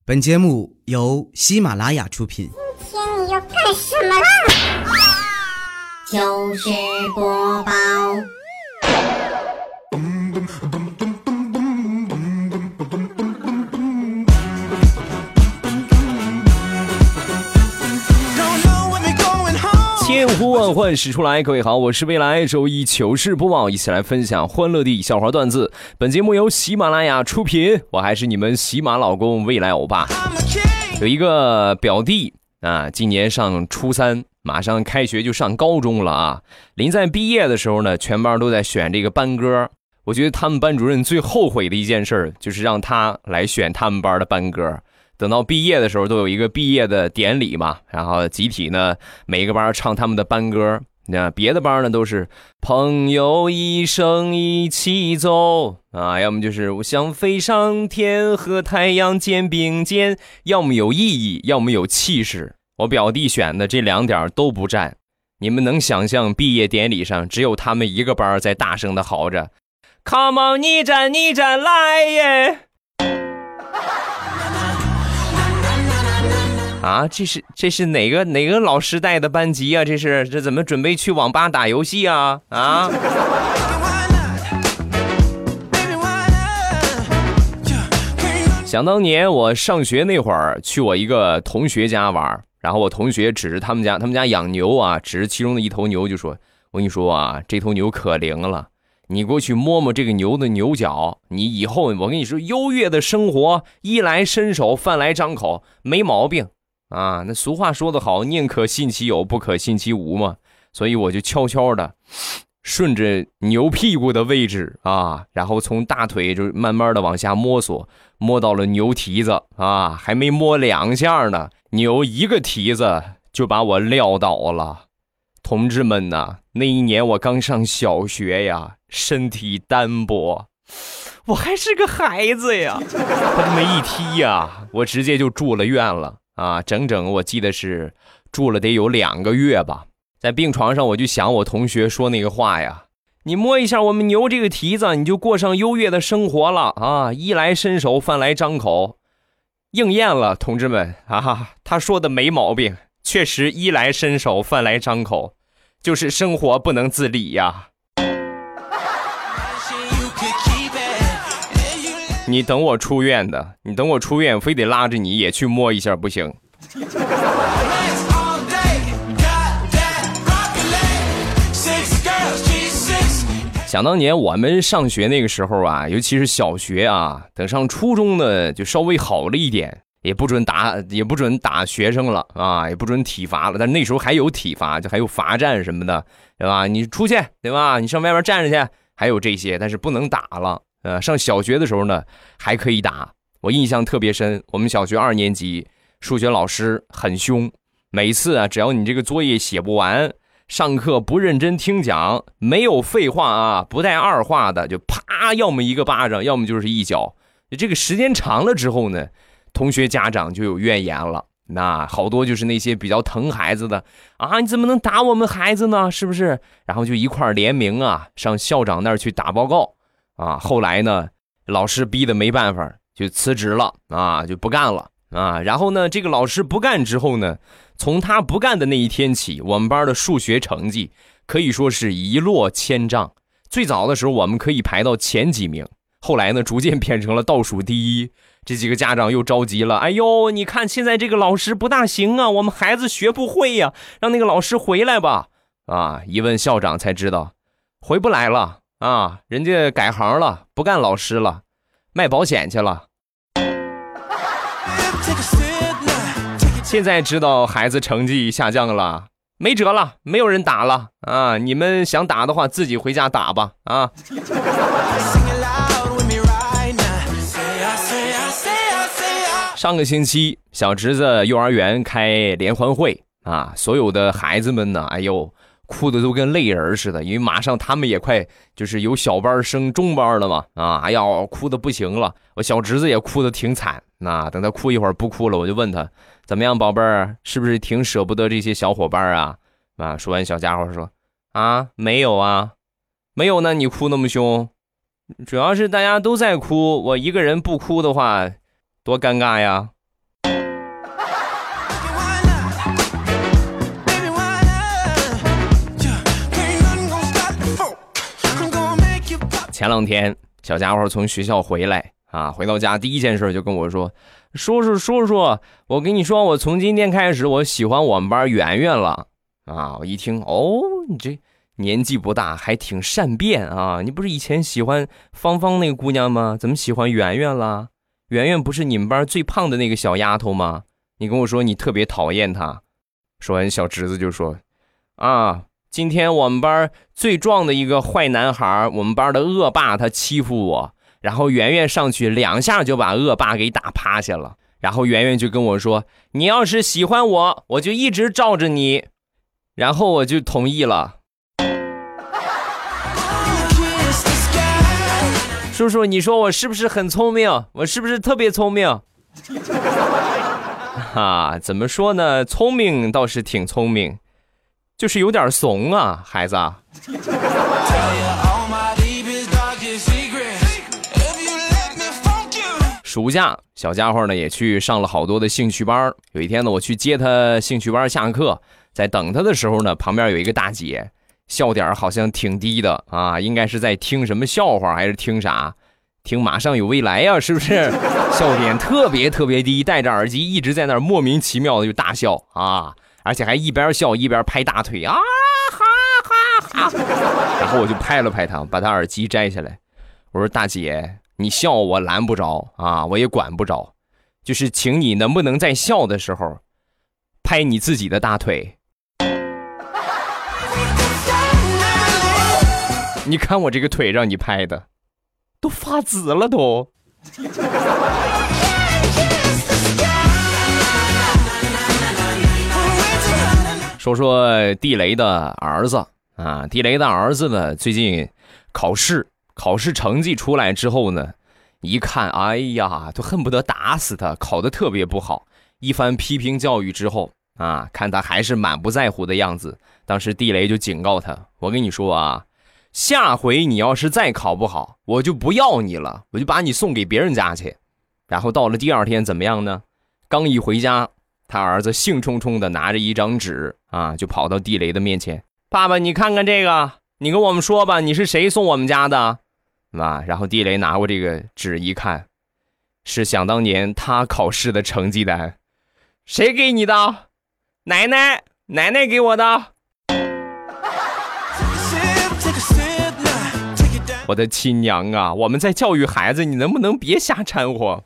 本节目由喜马拉雅出品。 今天你要干什么啦？ 糗事播报。 千呼万唤始出来，各位好，我是未来周一糗事播报，一起来分享欢乐的笑话段子。本节目由喜马拉雅出品，我还是你们喜马老公未来欧巴。有一个表弟啊，今年上初三，马上开学就上高中了啊。临在毕业的时候呢，全班都在选这个班歌。我觉得他们班主任最后悔的一件事就是让他来选他们班的班歌。等到毕业的时候都有一个毕业的典礼嘛，然后集体呢每个班唱他们的班歌，那别的班呢都是朋友一生一起走啊，要么就是我想飞上天和太阳肩并肩，要么有意义，要么有气势。我表弟选的这两点都不占。你们能想象毕业典礼上只有他们一个班在大声的嚎着 Come on 你站来耶啊，这是哪个老师带的班级啊？这怎么准备去网吧打游戏啊？啊！想当年我上学那会儿，去我一个同学家玩，然后我同学指着他们家养牛啊，指着其中的一头牛就说：“我跟你说啊，这头牛可灵了，你过去摸摸这个牛的牛角，你以后我跟你说，优越的生活，衣来伸手，饭来张口，没毛病。”啊，那俗话说得好，宁可信其有，不可信其无嘛。所以我就悄悄的顺着牛屁股的位置啊，然后从大腿就慢慢的往下摸索，摸到了牛蹄子啊，还没摸两下呢，牛一个蹄子就把我撂倒了。同志们呐，那一年我刚上小学呀，身体单薄，我还是个孩子呀，他这么一踢呀，我直接就住了院了。啊，整整我记得是住了得有2个月吧，在病床上我就想我同学说那个话呀，你摸一下我们牛这个蹄子，你就过上优越的生活了啊！衣来伸手，饭来张口，应验了，同志们啊，他说的没毛病，确实衣来伸手，饭来张口，就是生活不能自理呀。你等我出院的，你等我出院，非得拉着你也去摸一下不行。想当年我们上学那个时候啊，尤其是小学啊，等上初中呢就稍微好了一点，也不准打学生了啊，也不准体罚了，但那时候还有体罚，就还有罚站什么的，对吧？你出去，对吧？你上外边站着去，还有这些，但是不能打了。上小学的时候呢还可以打。我印象特别深，我们小学2年级数学老师很凶，每次啊只要你这个作业写不完，上课不认真听讲，没有废话啊，不带二话的，就啪，要么一个巴掌，要么就是一脚。这个时间长了之后呢，同学家长就有怨言了，那好多就是那些比较疼孩子的啊，你怎么能打我们孩子呢，是不是？然后就一块联名啊上校长那儿去打报告啊。后来呢老师逼得没办法就辞职了啊，就不干了啊。然后呢这个老师不干之后呢，从他不干的那一天起，我们班的数学成绩可以说是一落千丈。最早的时候我们可以排到前几名，后来呢逐渐变成了倒数第一。这几个家长又着急了，哎呦，你看现在这个老师不大行啊，我们孩子学不会呀，让那个老师回来吧。啊，一问校长才知道回不来了啊，人家改行了，不干老师了，卖保险去了。现在知道孩子成绩下降了，没辙了，没有人打了啊！你们想打的话自己回家打吧啊！上个星期小侄子幼儿园开联欢会啊，所有的孩子们呢，哎呦，哭的都跟泪人似的，因为马上他们也快就是有小班升中班了嘛啊！哎呀，哭的不行了，我小侄子也哭的挺惨。那等他哭一会儿不哭了，我就问他怎么样，宝贝儿，是不是挺舍不得这些小伙伴啊？啊，说完小家伙说啊，没有啊，没有呢，你哭那么凶，主要是大家都在哭，我一个人不哭的话多尴尬呀前2天小家伙从学校回来啊，回到家第一件事就跟我说，叔叔，我跟你说，我从今天开始我喜欢我们班圆圆了啊。我一听，哦，你这年纪不大还挺善变啊，你不是以前喜欢芳芳那个姑娘吗？怎么喜欢圆圆了？圆圆不是你们班最胖的那个小丫头吗？你跟我说你特别讨厌她。说完小侄子就说，啊，今天我们班最壮的一个坏男孩，我们班的恶霸他欺负我，然后圆圆上去2下就把恶霸给打趴下了。然后圆圆就跟我说，你要是喜欢我，我就一直罩着你。然后我就同意了。叔叔，你说我是不是很聪明？我是不是特别聪明？怎么说呢？聪明倒是挺聪明，就是有点怂啊，孩子。暑假小家伙呢也去上了好多的兴趣班。有一天呢，我去接他兴趣班下课，在等他的时候呢，旁边有一个大姐，笑点好像挺低的啊，应该是在听什么笑话还是听啥？听马上有未来呀，是不是？笑点特别低，戴着耳机一直在那儿莫名其妙的就大笑啊，而且还一边笑一边拍大腿啊，哈哈哈。然后我就拍了拍他，把他耳机摘下来，我说大姐，你笑我拦不着啊，我也管不着，就是请你能不能在笑的时候拍你自己的大腿。你看我这个腿让你拍的都发紫了都。说说地雷的儿子啊，地雷的儿子呢，最近考试成绩出来之后呢，一看，哎呀，都恨不得打死他，考得特别不好。一番批评教育之后啊，看他还是满不在乎的样子，当时地雷就警告他，我跟你说啊，下回你要是再考不好，我就不要你了，我就把你送给别人家去。然后到了第2天怎么样呢？刚一回家，他儿子兴冲冲的拿着一张纸啊，就跑到地雷的面前，爸爸你看看这个，你跟我们说吧，你是谁送我们家的啊？然后地雷拿过这个纸一看，是想当年他考试的成绩单。谁给你的？奶奶给我的。我的亲娘啊，我们在教育孩子，你能不能别瞎掺和？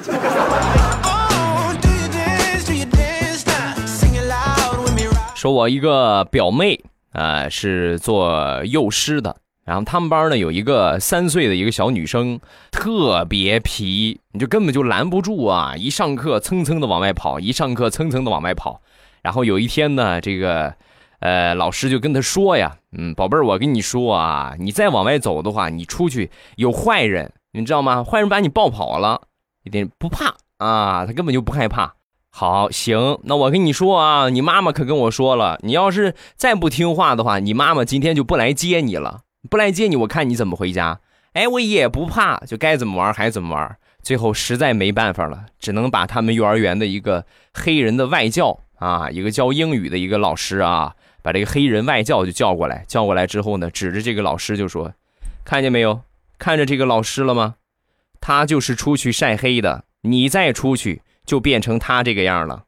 说我一个表妹是做幼师的，然后他们班呢有一个3岁的一个小女生，特别皮，你就根本就拦不住啊！一上课蹭蹭的往外跑，一上课蹭蹭的往外跑。然后有一天呢，这个老师就跟他说呀，宝贝儿，我跟你说啊，你再往外走的话，你出去有坏人，你知道吗？坏人把你抱跑了，一点不怕啊，他根本就不害怕。好，行，那我跟你说啊，你妈妈可跟我说了，你要是再不听话的话，你妈妈今天就不来接你了，不来接你，我看你怎么回家。哎，我也不怕，就该怎么玩还怎么玩。最后实在没办法了，只能把他们幼儿园的一个黑人的外教啊，一个教英语的一个老师啊，把这个黑人外教就叫过来。叫过来之后呢，指着这个老师就说，看见没有，看着这个老师了吗？他就是出去晒黑的，你再出去就变成他这个样了。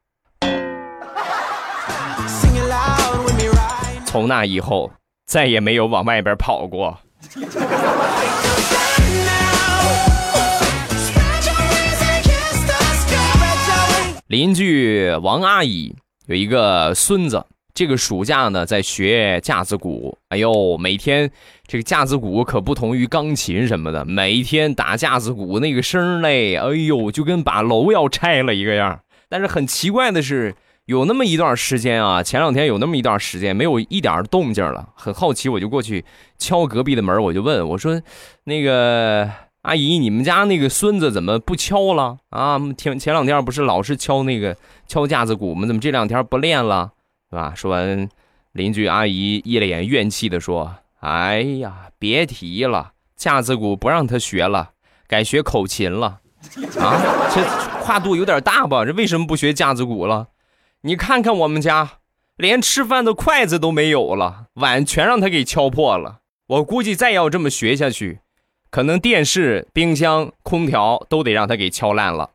从那以后再也没有往外边跑过。邻居王阿姨有一个孙子，这个暑假呢在学架子鼓。哎呦，每天这个架子鼓可不同于钢琴什么的，每天打架子鼓那个声嘞，哎呦，就跟把楼要拆了一个样。但是很奇怪的是，有那么一段时间啊，前2天有那么一段时间没有一点动静了，很好奇，我就过去敲隔壁的门，我就问，我说那个阿姨，你们家那个孙子怎么不敲了啊？前2天不是老是敲架子鼓吗？怎么这2天不练了，是吧？说完，邻居阿姨一脸怨气的说，哎呀，别提了，架子鼓不让他学了，改学口琴了。啊，这跨度有点大吧？这为什么不学架子鼓了？你看看我们家，连吃饭的筷子都没有了，碗全让他给敲破了。我估计再要这么学下去， 可能电视、冰箱、空调都得让他给敲烂了。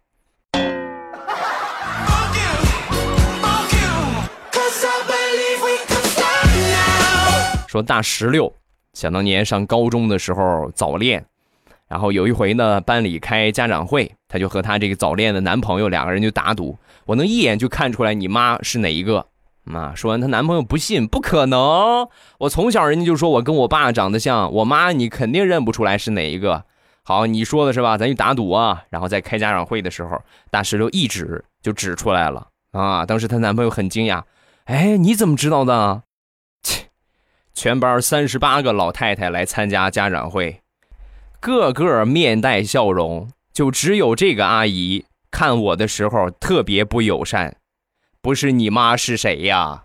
说大16，想当年上高中的时候早恋，然后有一回呢，班里开家长会，她就和她这个早恋的男朋友2个人就打赌，我能一眼就看出来你妈是哪一个。说完她男朋友不信，不可能，我从小人家就说我跟我爸长得像，我妈你肯定认不出来是哪一个。好，你说的是吧，咱就打赌啊。然后在开家长会的时候，大16一指就指出来了啊！当时她男朋友很惊讶，哎，你怎么知道的？切，全班38个老太太来参加家长会，个个面带笑容，就只有这个阿姨看我的时候特别不友善。不是你妈是谁呀？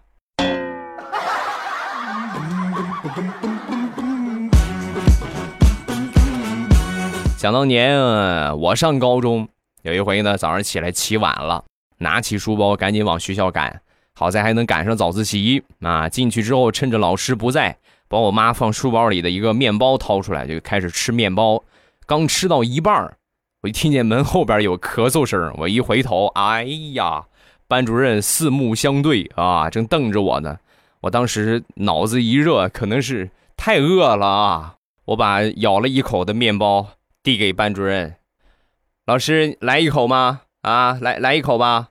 想当年我上高中，有一回呢，早上起来起晚了，拿起书包赶紧往学校赶，好在还能赶上早自习啊。进去之后，趁着老师不在，把我妈放书包里的一个面包掏出来，就开始吃面包。刚吃到一半，我就听见门后边有咳嗽声，我一回头，哎呀！班主任四目相对啊，正瞪着我呢。我当时脑子一热，可能是太饿了啊，我把咬了一口的面包递给班主任，老师来一口吗？啊，来一口吧。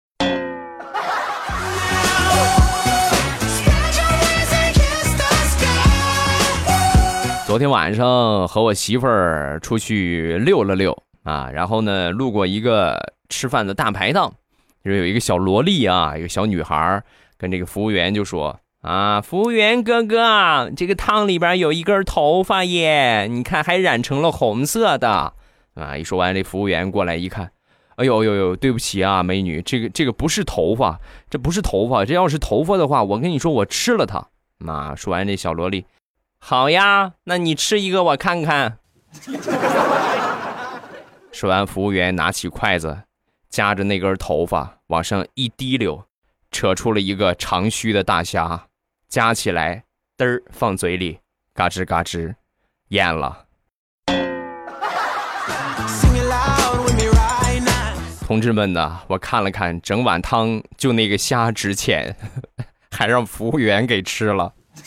昨天晚上和我媳妇儿出去溜了溜啊，然后呢路过一个吃饭的大排档。就是有一个小萝莉啊，一个小女孩跟这个服务员就说啊，服务员哥哥，这个汤里边有一根头发耶，你看还染成了红色的啊。一说完，这服务员过来一看，哎呦，对不起啊，美女，这个不是头发，这不是头发，这要是头发的话，我跟你说我吃了它。啊，说完这小萝莉，好呀，那你吃一个我看看。说完，服务员拿起筷子夹着那根头发往上一滴溜，扯出了一个长须的大虾，夹起来嘚儿放嘴里，嘎吱嘎吱咽了。同志们呢，我看了看整碗汤就那个虾值钱，还让服务员给吃了。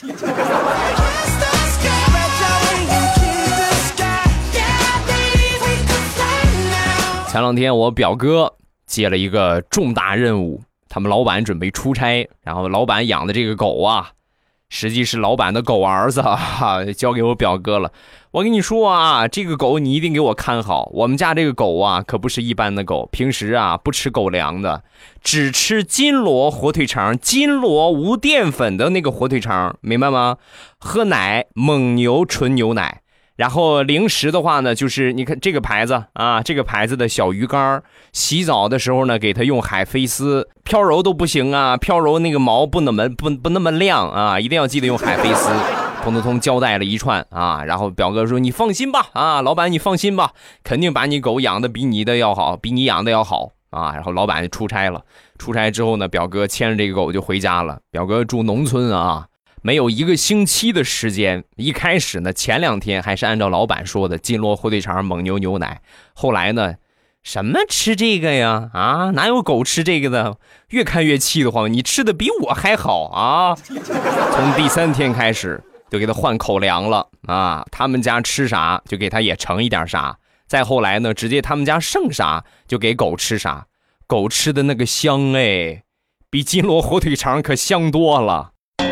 前两天我表哥接了一个重大任务，他们老板准备出差，然后老板养的这个狗啊，实际是老板的狗儿子啊，交给我表哥了。我跟你说啊，这个狗你一定给我看好，我们家这个狗啊可不是一般的狗，平时啊不吃狗粮的，只吃金锣火腿肠，金锣无淀粉的那个火腿肠，明白吗？喝奶蒙牛纯牛奶。然后零食的话呢，就是你看这个牌子啊，这个牌子的小鱼干，洗澡的时候呢，给它用海飞丝，飘柔都不行啊，飘柔那个毛不那么亮啊，一定要记得用海飞丝。通交代了一串啊，然后表哥说你放心吧啊，老板你放心吧，肯定把你狗养的比你的要好，比你养的要好啊。然后老板就出差了，出差之后呢，表哥牵着这个狗就回家了。表哥住农村啊。没有1个星期的时间，一开始呢，前2天还是按照老板说的金锣火腿肠、蒙牛牛奶，后来呢，什么吃这个呀？啊，哪有狗吃这个的？越看越气得慌，你吃的比我还好啊！从第3天开始就给他换口粮了啊，他们家吃啥就给他也盛一点啥，再后来呢，直接他们家剩啥就给狗吃啥，狗吃的那个香哎，比金锣火腿肠可香多了。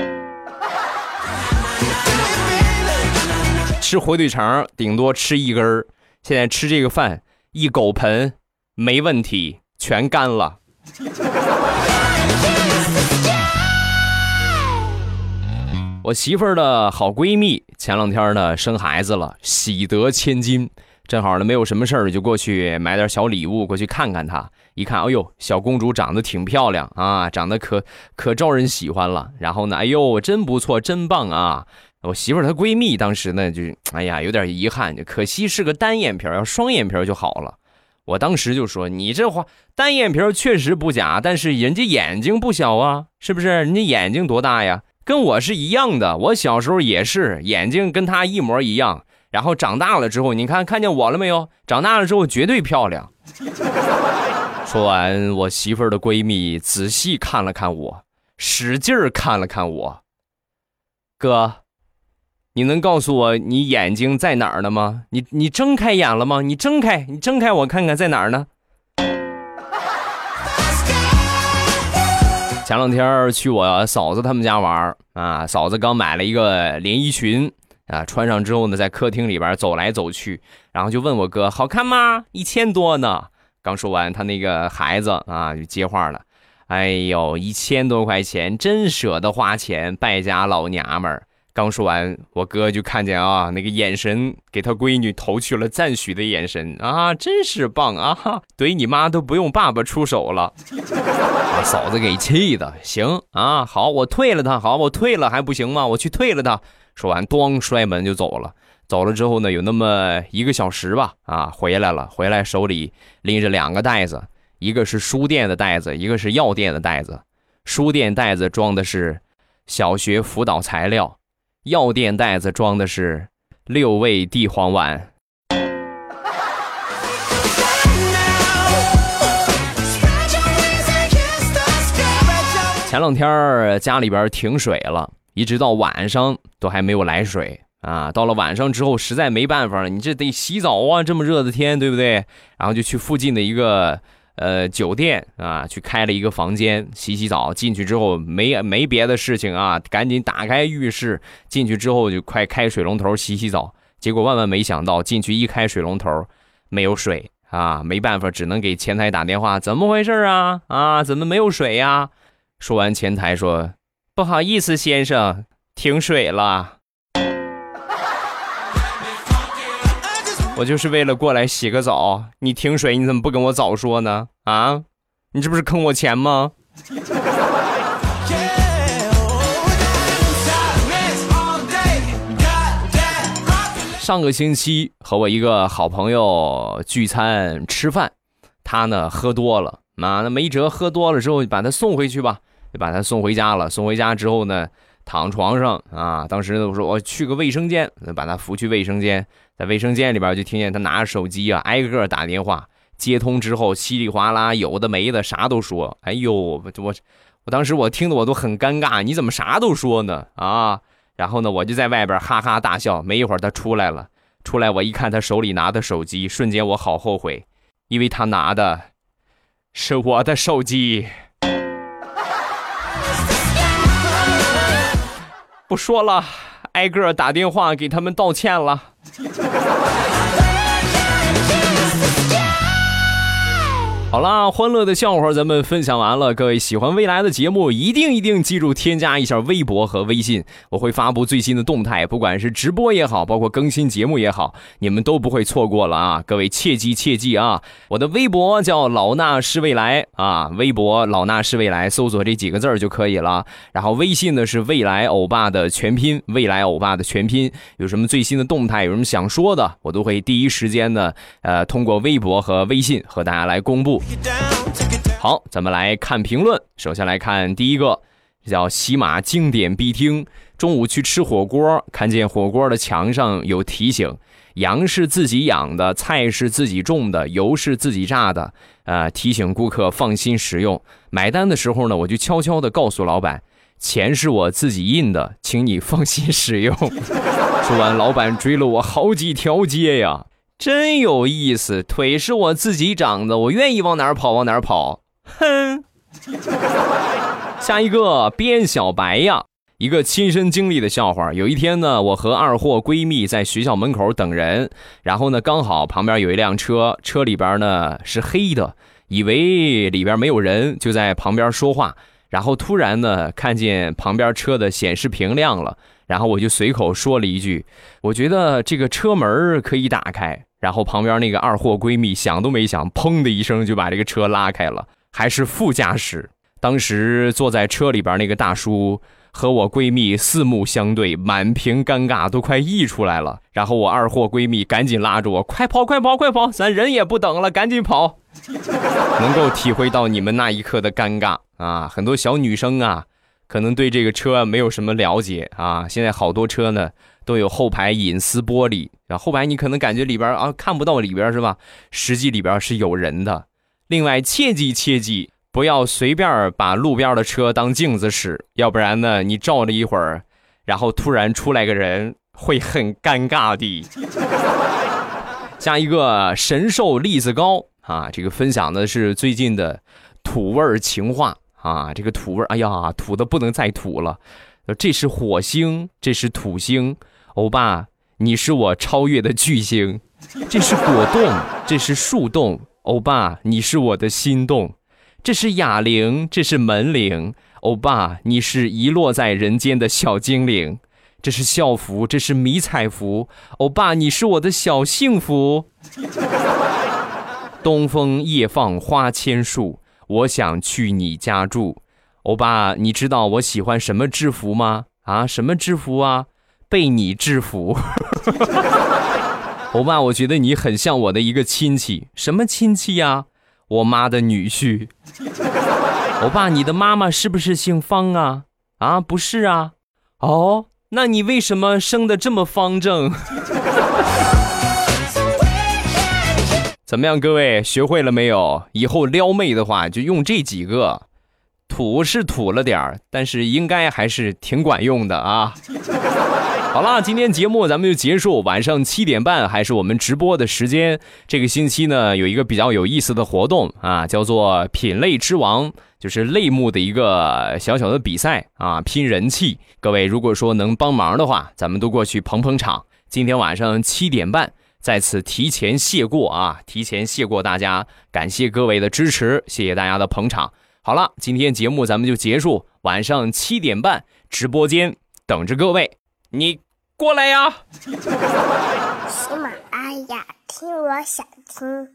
吃火腿肠顶多吃1根，现在吃这个饭1狗盆没问题，全干了。我媳妇儿的好闺蜜前2天呢生孩子了，喜得千金，正好呢没有什么事儿，就过去买点小礼物过去看看她。一看，哎呦，小公主长得挺漂亮啊，长得可招人喜欢了。然后呢，哎呦，真不错，真棒啊！我媳妇儿她闺蜜当时呢就哎呀有点遗憾，就可惜是个单眼皮，要双眼皮就好了。我当时就说，你这话单眼皮确实不假，但是人家眼睛不小啊，是不是？人家眼睛多大呀？跟我是一样的，我小时候也是眼睛跟她一模一样， 然后长大了之后，你看见我了没有？长大了之后绝对漂亮。说完，我媳妇儿的闺蜜仔细看了看我，使劲儿看了看我。哥，你能告诉我你眼睛在哪儿呢吗？你睁开眼了吗？你睁开我看看在哪儿呢？前两天去我嫂子他们家玩啊，嫂子刚买了一个连衣裙啊，穿上之后呢，在客厅里边走来走去，然后就问我哥好看吗？1000多呢。刚说完，他那个孩子啊就接话了，哎呦，1000多块钱，真舍得花钱，败家老娘们儿。刚说完，我哥就看见啊，那个眼神给他闺女投去了赞许的眼神啊，真是棒啊！怼你妈都不用爸爸出手了，把嫂子给气的。行啊，好，我退了他，好，我退了还不行吗？我去退了他。说完，咣摔门就走了。走了之后呢，有那么1个小时吧，啊，回来了，回来手里拎着2个袋子，一个是书店的袋子，一个是药店的袋子。书店袋子装的是小学辅导材料。药店袋子装的是6味地黄丸。前两天家里边停水了，一直到晚上都还没有来水啊。到了晚上之后实在没办法了，你这得洗澡啊，这么热的天，对不对？然后就去附近的一个酒店啊，去开了一个房间洗澡。进去之后没别的事情啊，赶紧打开浴室，进去之后就快开水龙头洗澡。结果万万没想到，进去一开水龙头没有水啊，没办法，只能给前台打电话，怎么回事啊？啊，怎么没有水呀？说完，前台说不好意思先生，停水了。我就是为了过来洗个澡，你停水你怎么不跟我早说呢？啊，你这不是坑我钱吗？上个星期和我一个好朋友聚餐吃饭，他呢喝多了，那没辙，喝多了之后把他送回去吧，就把他送回家了。送回家之后呢，躺床上啊，当时我说我去个卫生间，把他扶去卫生间。在卫生间里边就听见他拿着手机啊，挨个打电话，接通之后稀里哗啦，有的没的啥都说。哎呦，我当时我听得我都很尴尬，你怎么啥都说呢？啊，然后呢我就在外边哈哈大笑。没一会儿他出来了，出来我一看他手里拿的手机，瞬间我好后悔，因为他拿的是我的手机。不说了，挨个打电话给他们道歉了。好啦，欢乐的笑话咱们分享完了，各位喜欢未来的节目一定记住添加一下微博和微信，我会发布最新的动态，不管是直播也好，包括更新节目也好，你们都不会错过了啊！各位切记啊！我的微博叫老衲是未来啊，微博老衲是未来，搜索这几个字就可以了。然后微信呢是未来欧巴的全拼，未来欧巴的全拼，有什么最新的动态，有什么想说的，我都会第一时间呢通过微博和微信和大家来公布。好，咱们来看评论。首先来看第一个，叫喜马经典必听。中午去吃火锅，看见火锅的墙上有提醒，羊是自己养的，菜是自己种的，油是自己榨的，提醒顾客放心食用。买单的时候呢，我就悄悄地告诉老板，钱是我自己印的，请你放心使用。说完，老板追了我好几条街呀。真有意思，腿是我自己长的，我愿意往哪儿跑往哪儿跑。哼。下一个边小白呀，一个亲身经历的笑话。有一天呢，我和二货闺蜜在学校门口等人，然后呢刚好旁边有一辆车，车里边呢是黑的，以为里边没有人，就在旁边说话，然后突然呢看见旁边车的显示屏亮了，然后我就随口说了一句，我觉得这个车门可以打开。然后旁边那个二货闺蜜想都没想，砰的一声就把这个车拉开了，还是副驾驶。当时坐在车里边那个大叔和我闺蜜四目相对，满屏尴尬都快溢出来了。然后我二货闺蜜赶紧拉着我，快跑快跑快跑，咱人也不等了，赶紧跑。能够体会到你们那一刻的尴尬啊！很多小女生啊可能对这个车没有什么了解啊，现在好多车呢都有后排隐私玻璃，然后后排你可能感觉里边啊看不到里边是吧？实际里边是有人的。另外切记不要随便把路边的车当镜子使，要不然呢你照了一会儿，然后突然出来个人会很尴尬的。下一个神兽栗子糕啊，这个分享的是最近的土味情话啊，这个土味，哎呀，土的不能再土了。这是火星，这是土星，欧巴，你是我超越的巨星。这是果冻，这是树洞，欧巴，你是我的心动。这是哑铃，这是门铃，欧巴，你是遗落在人间的小精灵。这是校服，这是迷彩服，欧巴，你是我的小幸福。东风夜放花千树，我想去你家住。欧巴，你知道我喜欢什么制服吗？啊，什么制服啊？被你制服。欧巴，我觉得你很像我的一个亲戚。什么亲戚呀？我妈的女婿。欧巴，你的妈妈是不是姓方啊？啊，不是啊。哦，那你为什么生得这么方正？怎么样，各位学会了没有？以后撩妹的话就用这几个。土是土了点儿，但是应该还是挺管用的啊。好了，今天节目咱们就结束，晚上7点半还是我们直播的时间。这个星期呢有一个比较有意思的活动啊，叫做品类之王，就是类目的一个小小的比赛啊，拼人气。各位如果说能帮忙的话，咱们都过去捧捧场。今天晚上7点半在此提前谢过啊，提前谢过大家，感谢各位的支持，谢谢大家的捧场。好了，今天节目咱们就结束，晚上7点半直播间等着各位，你过来呀！ 喜马拉雅，听我想听。